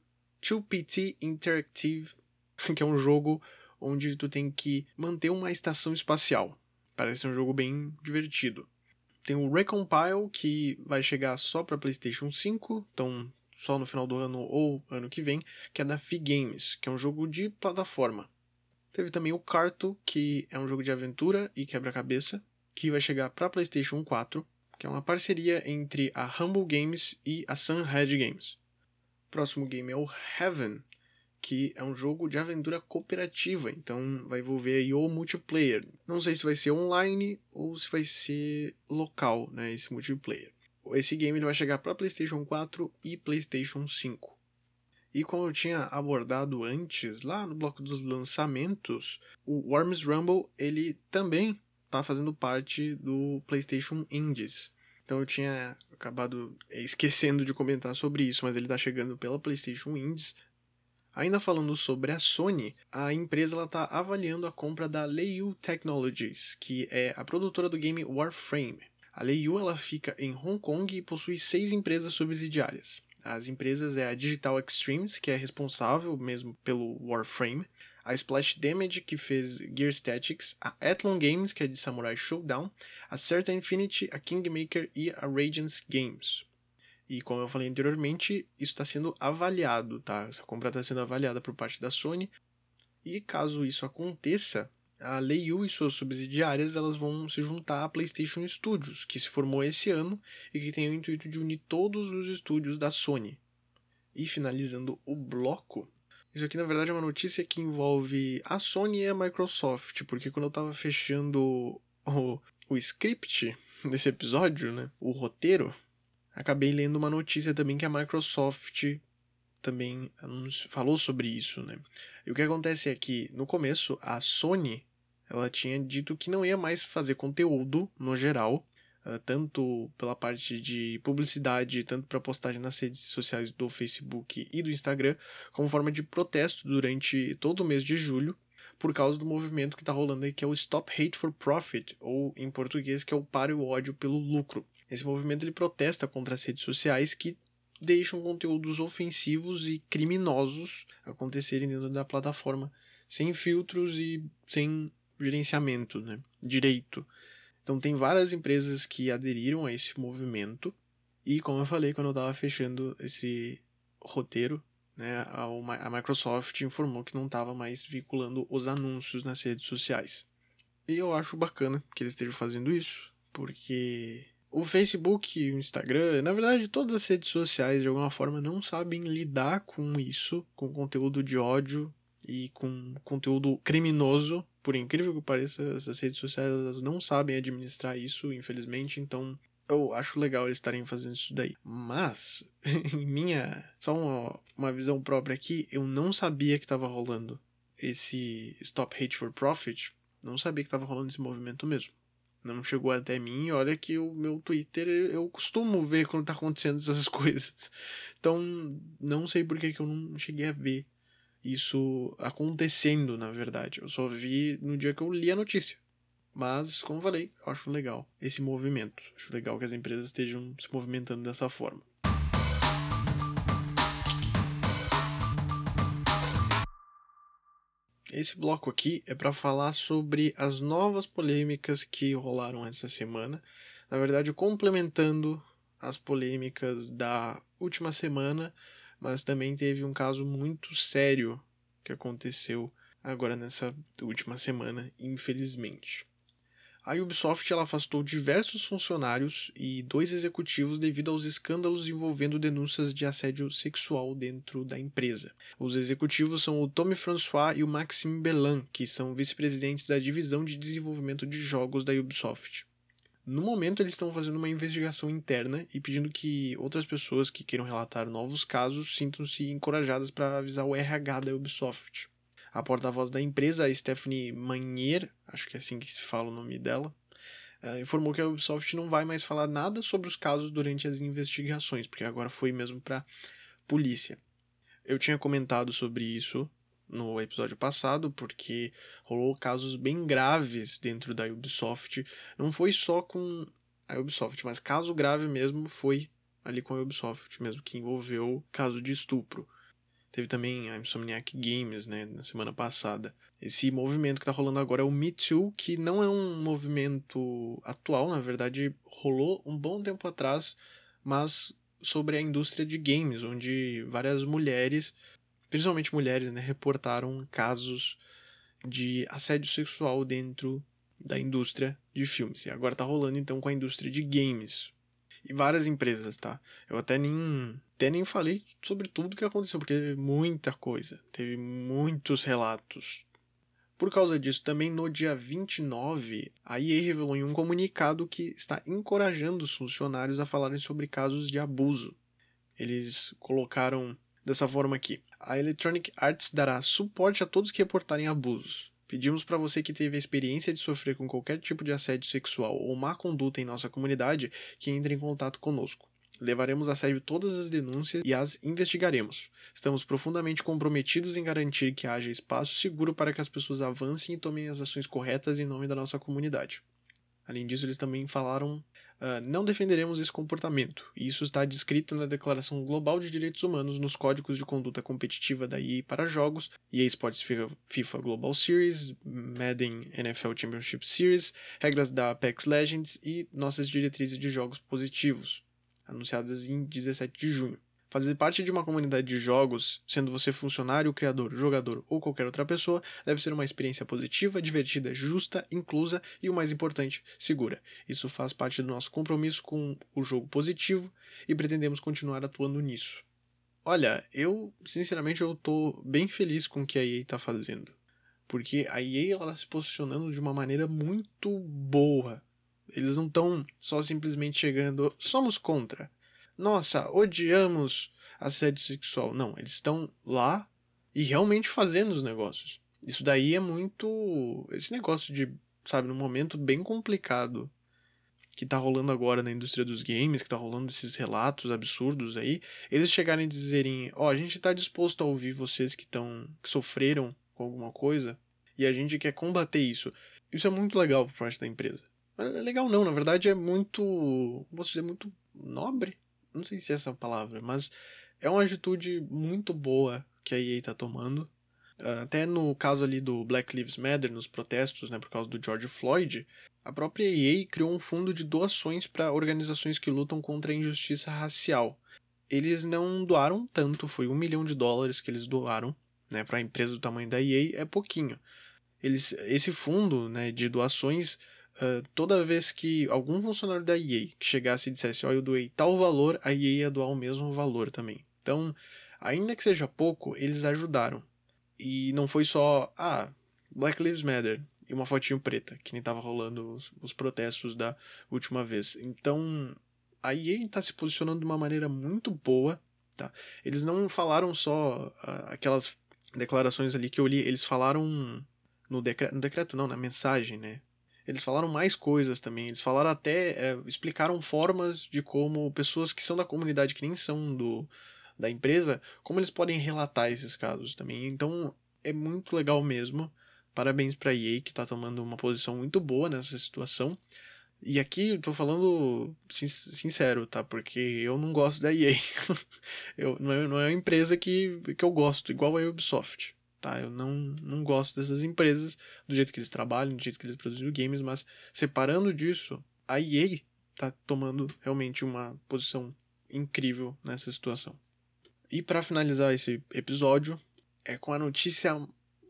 S2: 2PT Interactive, que é um jogo onde tu tem que manter uma estação espacial. Parece um jogo bem divertido. Tem o Recompile, que vai chegar só para PlayStation 5, então só no final do ano ou ano que vem, que é da Fi Games, que é um jogo de plataforma. Teve também o Carto, que é um jogo de aventura e quebra-cabeça, que vai chegar para PlayStation 4, que é uma parceria entre a Humble Games e a Sunhead Games. O próximo game é o Heaven, que é um jogo de aventura cooperativa, então vai envolver aí o multiplayer. Não sei se vai ser online ou se vai ser local, né, esse multiplayer. Esse game ele vai chegar para PlayStation 4 e PlayStation 5. E como eu tinha abordado antes, lá no bloco dos lançamentos, o Worms Rumble ele também está fazendo parte do PlayStation Indies. Então eu tinha acabado esquecendo de comentar sobre isso, mas ele está chegando pela PlayStation Indies. Ainda falando sobre a Sony, a empresa está avaliando a compra da Leiyu Technologies, que é a produtora do game Warframe. A Leiyu ela fica em Hong Kong e possui 6 empresas subsidiárias. As empresas é a Digital Extremes, que é responsável mesmo pelo Warframe, a Splash Damage, que fez Gear Statics, a Athlon Games, que é de Samurai Showdown, a Certa Infinity, a Kingmaker e a Radiance Games. E como eu falei anteriormente, isso está sendo avaliado, tá? Essa compra está sendo avaliada por parte da Sony. E caso isso aconteça, a Leiyu e suas subsidiárias elas vão se juntar à PlayStation Studios, que se formou esse ano e que tem o intuito de unir todos os estúdios da Sony. E finalizando o bloco, isso aqui na verdade é uma notícia que envolve a Sony e a Microsoft, porque quando eu estava fechando o script desse episódio, né, o roteiro, acabei lendo uma notícia também que a Microsoft também falou sobre isso, né? E o que acontece é que, no começo, a Sony ela tinha dito que não ia mais fazer conteúdo, no geral, tanto pela parte de publicidade, tanto para postagem nas redes sociais do Facebook e do Instagram, como forma de protesto durante todo o mês de julho, por causa do movimento que está rolando aí, que é o Stop Hate for Profit, ou em português, que é o Pare o Ódio pelo Lucro. Esse movimento ele protesta contra as redes sociais que deixam conteúdos ofensivos e criminosos acontecerem dentro da plataforma, sem filtros e sem gerenciamento, né? Direito. Então tem várias empresas que aderiram a esse movimento E como eu falei, quando eu tava fechando esse roteiro, né, a Microsoft informou que não estava mais vinculando os anúncios nas redes sociais. E eu acho bacana que eles estejam fazendo isso, porque o Facebook e o Instagram, na verdade todas as redes sociais de alguma forma não sabem lidar com isso, com conteúdo de ódio e com conteúdo criminoso. Por incrível que pareça, essas redes sociais elas não sabem administrar isso, infelizmente, então eu acho legal eles estarem fazendo isso daí. Mas, em só uma visão própria aqui, eu não sabia que estava rolando esse Stop Hate for Profit. Não sabia que estava rolando esse movimento mesmo. Não chegou até mim, e olha que o meu Twitter eu costumo ver quando tá acontecendo essas coisas. Então, não sei por que eu não cheguei a ver isso acontecendo, na verdade. Eu só vi no dia que eu li a notícia. Mas, como eu falei, eu acho legal esse movimento. Acho legal que as empresas estejam se movimentando dessa forma. Esse bloco aqui é para falar sobre as novas polêmicas que rolaram essa semana. Na verdade, complementando as polêmicas da última semana, mas também teve um caso muito sério que aconteceu agora nessa última semana, infelizmente. A Ubisoft ela afastou diversos funcionários e 2 executivos devido aos escândalos envolvendo denúncias de assédio sexual dentro da empresa. Os executivos são o Tommy François e o Maxime Bellan, que são vice-presidentes da divisão de desenvolvimento de jogos da Ubisoft. No momento, eles estão fazendo uma investigação interna e pedindo que outras pessoas que queiram relatar novos casos sintam-se encorajadas para avisar o RH da Ubisoft. A porta-voz da empresa, a Stephanie Meunier, acho que é assim que se fala o nome dela, informou que a Ubisoft não vai mais falar nada sobre os casos durante as investigações, porque agora foi mesmo para polícia. Eu tinha comentado sobre isso no episódio passado, porque rolou casos bem graves dentro da Ubisoft. Não foi só com a Ubisoft, mas caso grave mesmo foi ali com a Ubisoft mesmo, que envolveu caso de estupro. Teve também a Insomniac Games, né, na semana passada. Esse movimento que tá rolando agora é o Me Too, que não é um movimento atual, na verdade rolou um bom tempo atrás, mas sobre a indústria de games, onde várias mulheres, principalmente mulheres, né, reportaram casos de assédio sexual dentro da indústria de filmes. E agora tá rolando então com a indústria de games. E várias empresas, tá? Eu até nem falei sobre tudo que aconteceu, porque teve muita coisa. Teve muitos relatos. Por causa disso, também no dia 29, a EA revelou em um comunicado que está encorajando os funcionários a falarem sobre casos de abuso. Eles colocaram dessa forma aqui: a Electronic Arts dará suporte a todos que reportarem abusos. Pedimos para você que teve a experiência de sofrer com qualquer tipo de assédio sexual ou má conduta em nossa comunidade que entre em contato conosco. Levaremos a sério todas as denúncias e as investigaremos. Estamos profundamente comprometidos em garantir que haja espaço seguro para que as pessoas avancem e tomem as ações corretas em nome da nossa comunidade. Além disso, eles também falaram: não defenderemos esse comportamento, e isso está descrito na Declaração Global de Direitos Humanos nos Códigos de Conduta Competitiva da EA para jogos, EA Sports FIFA Global Series, Madden NFL Championship Series, regras da Apex Legends e nossas diretrizes de jogos positivos, anunciadas em 17 de junho. Fazer parte de uma comunidade de jogos, sendo você funcionário, criador, jogador ou qualquer outra pessoa, deve ser uma experiência positiva, divertida, justa, inclusa e, o mais importante, segura. Isso faz parte do nosso compromisso com o jogo positivo e pretendemos continuar atuando nisso. Olha, sinceramente, eu tô bem feliz com o que a EA tá fazendo. Porque a EA ela tá se posicionando de uma maneira muito boa. Eles não estão só simplesmente chegando, somos contra. Nossa, odiamos assédio sexual. Não, eles estão lá e realmente fazendo os negócios. Isso daí é muito... Esse negócio de, sabe, num momento bem complicado que tá rolando agora na indústria dos games, que tá rolando esses relatos absurdos aí, eles chegarem e dizerem: a gente tá disposto a ouvir vocês que sofreram com alguma coisa e a gente quer combater isso. Isso é muito legal por parte da empresa. Legal não, na verdade é muito... Posso dizer, muito nobre? Não sei se é essa a palavra, mas é uma atitude muito boa que a EA tá tomando. Até no caso ali do Black Lives Matter, nos protestos, né, por causa do George Floyd, a própria EA criou um fundo de doações para organizações que lutam contra a injustiça racial. Eles não doaram tanto, foi $1 milhão que eles doaram, né, para a empresa do tamanho da EA, é pouquinho. Esse fundo, né, de doações, toda vez que algum funcionário da EA que chegasse e dissesse, eu doei tal valor, a EA ia doar o mesmo valor também. Então, ainda que seja pouco, eles ajudaram. E não foi só, Black Lives Matter e uma fotinho preta, que nem tava rolando os protestos da última vez. Então, a EA tá se posicionando de uma maneira muito boa, tá? Eles não falaram só aquelas declarações ali que eu li, eles falaram no decreto não, na mensagem, né? Eles falaram mais coisas também, eles falaram até, explicaram formas de como pessoas que são da comunidade, que nem são da empresa, como eles podem relatar esses casos também. Então, é muito legal mesmo. Parabéns pra EA, que tá tomando uma posição muito boa nessa situação. E aqui eu tô falando sincero, tá? Porque eu não gosto da EA. Não é uma empresa que eu gosto, igual a Ubisoft. Tá? Eu não gosto dessas empresas, do jeito que eles trabalham, do jeito que eles produzem games, mas separando disso, a EA tá tomando realmente uma posição incrível nessa situação. E para finalizar esse episódio, é com a notícia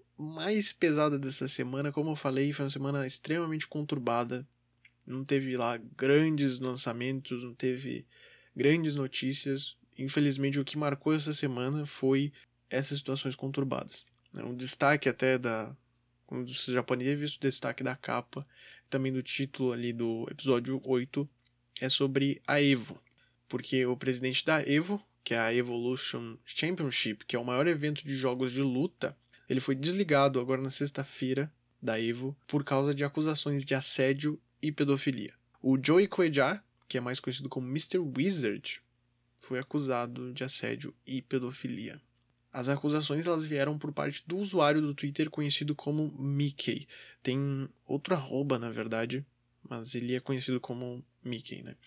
S2: mais pesada dessa semana. Como eu falei, foi uma semana extremamente conturbada. Não teve lá grandes lançamentos, não teve grandes notícias. Infelizmente, o que marcou essa semana foi essas situações conturbadas. Um destaque até como você já pode ter visto, o destaque da capa, também do título ali do episódio 8, é sobre a EVO. Porque o presidente da EVO, que é a Evolution Championship, que é o maior evento de jogos de luta, ele foi desligado agora na sexta-feira da EVO por causa de acusações de assédio e pedofilia. O Joey Cuellar, que é mais conhecido como Mr. Wizard, foi acusado de assédio e pedofilia. As acusações elas vieram por parte do usuário do Twitter conhecido como Mickey. Tem outro arroba, na verdade, mas ele é conhecido como Mickey, né?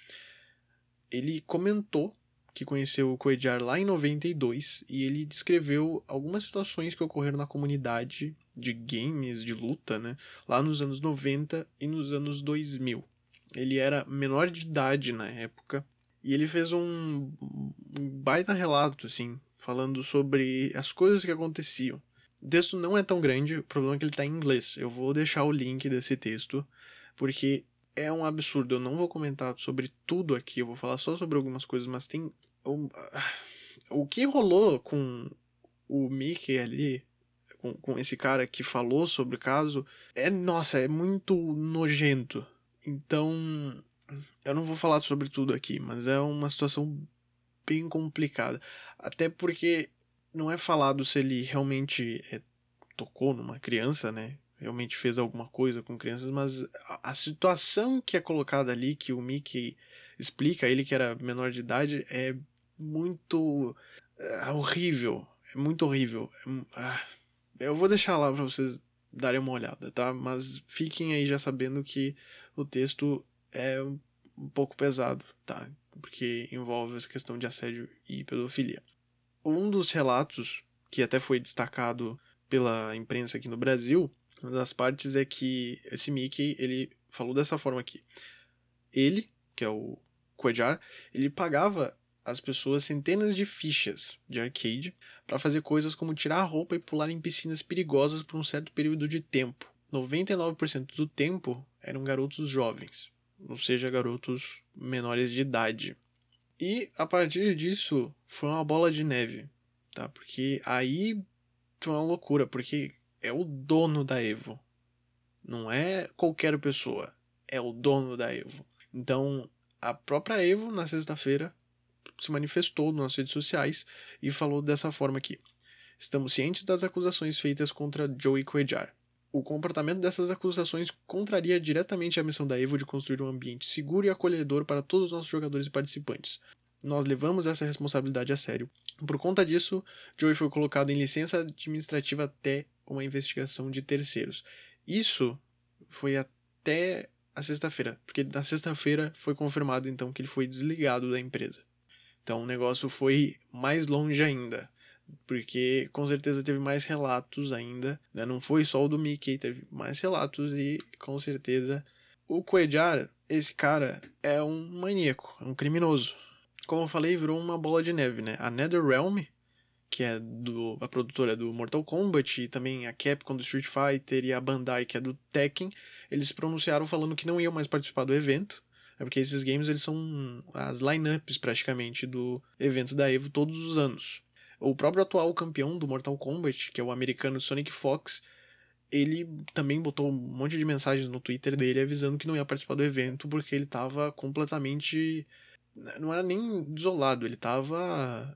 S2: Ele comentou que conheceu o Cuellar lá em 92 e ele descreveu algumas situações que ocorreram na comunidade de games, de luta, né, lá nos anos 90 e nos anos 2000. Ele era menor de idade na época e ele fez um baita relato, assim, falando sobre as coisas que aconteciam. O texto não é tão grande, o problema é que ele está em inglês. Eu vou deixar o link desse texto, porque é um absurdo. Eu não vou comentar sobre tudo aqui, eu vou falar só sobre algumas coisas, mas tem o que rolou com o Mickey ali, com esse cara que falou sobre o caso, é muito nojento. Então, eu não vou falar sobre tudo aqui, mas é uma situação bem complicada. Até porque não é falado se ele realmente tocou numa criança, né? Realmente fez alguma coisa com crianças, mas a situação que é colocada ali, que o Mickey explica, ele que era menor de idade, é muito horrível. É muito horrível. Eu vou deixar lá pra vocês darem uma olhada, tá? Mas fiquem aí já sabendo que o texto é um pouco pesado, tá? Porque envolve essa questão de assédio e pedofilia. Um dos relatos, que até foi destacado pela imprensa aqui no Brasil, uma das partes é que esse Mickey, ele falou dessa forma aqui. Ele, que é o Cuellar, ele pagava as pessoas centenas de fichas de arcade para fazer coisas como tirar a roupa e pular em piscinas perigosas por um certo período de tempo. 99% do tempo eram garotos jovens, ou seja, garotos menores de idade. E a partir disso foi uma bola de neve, tá? Porque aí foi uma loucura, porque é o dono da EVO. Não é qualquer pessoa, é o dono da EVO. Então, a própria EVO, na sexta-feira, se manifestou nas redes sociais e falou dessa forma aqui. Estamos cientes das acusações feitas contra Joey Cuellar. O comportamento dessas acusações contraria diretamente a missão da EVO de construir um ambiente seguro e acolhedor para todos os nossos jogadores e participantes. Nós levamos essa responsabilidade a sério. Por conta disso, Joey foi colocado em licença administrativa até uma investigação de terceiros. Isso foi até a sexta-feira, porque na sexta-feira foi confirmado então que ele foi desligado da empresa. Então o negócio foi mais longe ainda. porque com certeza teve mais relatos ainda, né? Não foi só o do Mickey, teve mais relatos e com certeza o Cuellar, esse cara é um maníaco, é um criminoso. Como eu falei, virou uma bola de neve, né? A NetherRealm, que é a produtora do Mortal Kombat, e também a Capcom do Street Fighter e a Bandai, que é do Tekken, eles se pronunciaram falando que não iam mais participar do evento, porque esses games eles são as lineups praticamente do evento da EVO todos os anos. O próprio atual campeão do Mortal Kombat, que é o americano Sonic Fox, ele também botou um monte de mensagens no Twitter dele avisando que não ia participar do evento porque ele estava completamente... Não era nem isolado, ele estava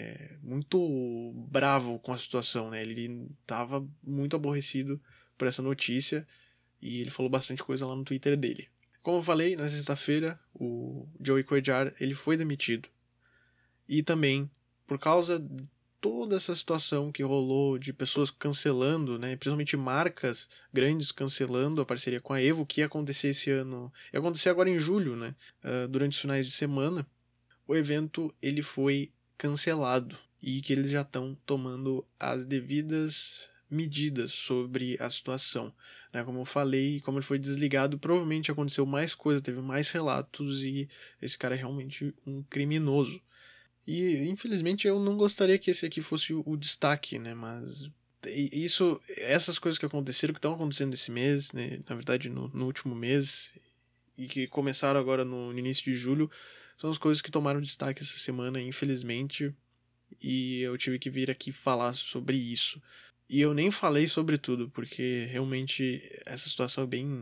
S2: muito bravo com a situação, né? Ele estava muito aborrecido por essa notícia e ele falou bastante coisa lá no Twitter dele. Como eu falei, na sexta-feira, o Joey Cuellar, ele foi demitido. E também, por causa de toda essa situação que rolou de pessoas cancelando, né, principalmente marcas grandes cancelando a parceria com a EVO, que ia acontecer esse ano, ia acontecer agora em julho, né, durante os finais de semana, o evento ele foi cancelado e que eles já estão tomando as devidas medidas sobre a situação. Né, como eu falei, como ele foi desligado, provavelmente aconteceu mais coisa, teve mais relatos e esse cara é realmente um criminoso. E, infelizmente, eu não gostaria que esse aqui fosse o destaque, né? Mas essas coisas que aconteceram, que estão acontecendo esse mês, né? Na verdade, no último mês, e que começaram agora no início de julho, são as coisas que tomaram destaque essa semana, infelizmente. E eu tive que vir aqui falar sobre isso. E eu nem falei sobre tudo, porque realmente essa situação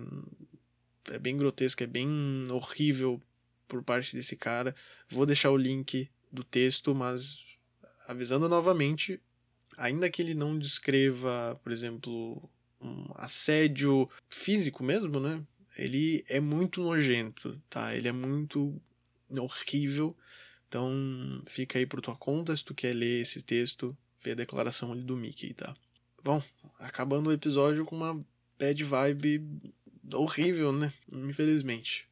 S2: é bem grotesca, é bem horrível por parte desse cara. Vou deixar o link do texto, mas avisando novamente, ainda que ele não descreva, por exemplo, um assédio físico mesmo, né? Ele é muito nojento, tá? Ele é muito horrível. Então, fica aí por tua conta se tu quer ler esse texto, ver a declaração ali do Mickey, tá? Bom, acabando o episódio com uma bad vibe horrível, né? Infelizmente.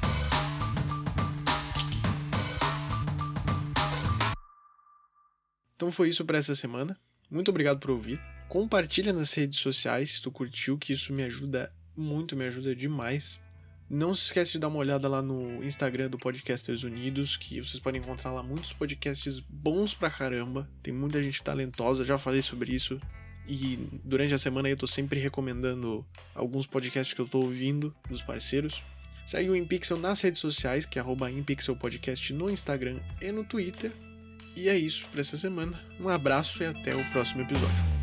S2: Então foi isso para essa semana. Muito obrigado por ouvir. Compartilha nas redes sociais se tu curtiu, que isso me ajuda muito, me ajuda demais. Não se esquece de dar uma olhada lá no Instagram do Podcasters Unidos, que vocês podem encontrar lá muitos podcasts bons pra caramba. Tem muita gente talentosa, já falei sobre isso. E durante a semana eu tô sempre recomendando alguns podcasts que eu tô ouvindo, dos parceiros. Segue o InPixel nas redes sociais, que é @InPixelPodcast no Instagram e no Twitter. E é isso para essa semana. Um abraço e até o próximo episódio.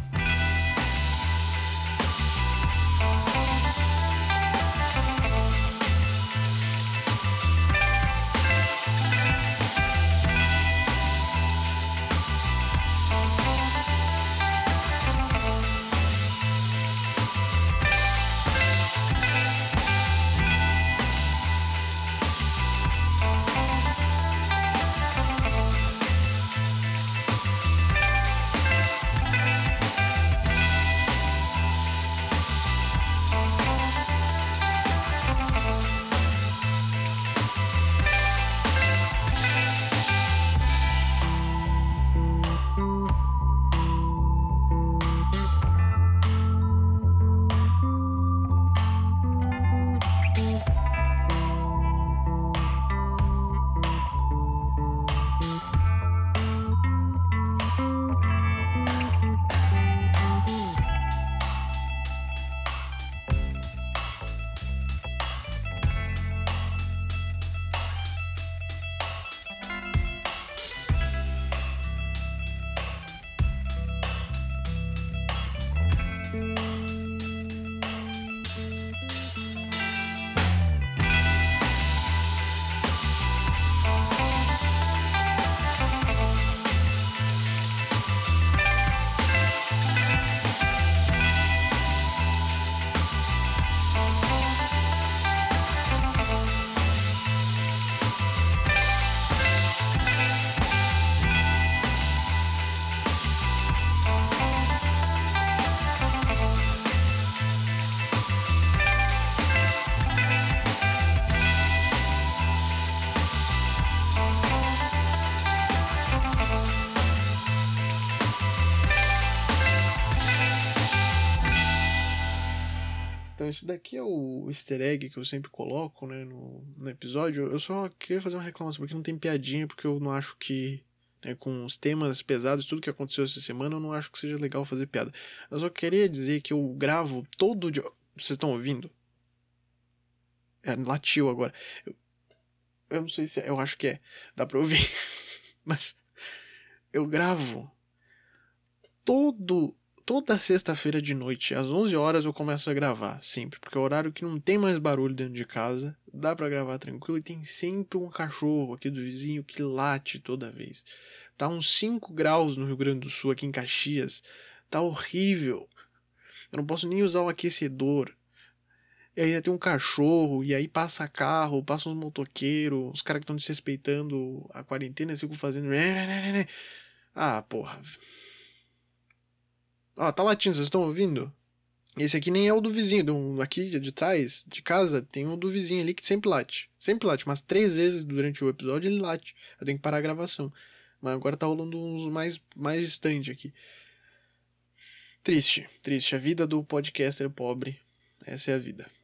S2: Então esse daqui é o easter egg que eu sempre coloco, né, no episódio. Eu só queria fazer uma reclamação, porque não tem piadinha, porque eu não acho que, né, com os temas pesados, tudo que aconteceu essa semana, eu não acho que seja legal fazer piada. Eu só queria dizer que eu gravo todo dia... Vocês estão ouvindo? Latiu agora. Eu não sei se eu acho que dá pra ouvir. Mas eu gravo toda sexta-feira de noite, às 11 horas eu começo a gravar, sempre, porque é o horário que não tem mais barulho dentro de casa, dá pra gravar tranquilo e tem sempre um cachorro aqui do vizinho que late toda vez. Tá uns 5 graus no Rio Grande do Sul, aqui em Caxias, tá horrível. Eu não posso nem usar o aquecedor. E aí tem um cachorro, e aí passa carro, passa uns motoqueiros, os caras que estão desrespeitando a quarentena, ficam fazendo... Ah, porra. Ó, tá latindo, vocês estão ouvindo? Esse aqui nem é o do vizinho, aqui de trás, de casa, tem um do vizinho ali que sempre late. Sempre late, mas 3 vezes durante o episódio ele late. Eu tenho que parar a gravação. Mas agora tá rolando uns mais distante aqui. Triste, triste. A vida do podcaster pobre. Essa é a vida.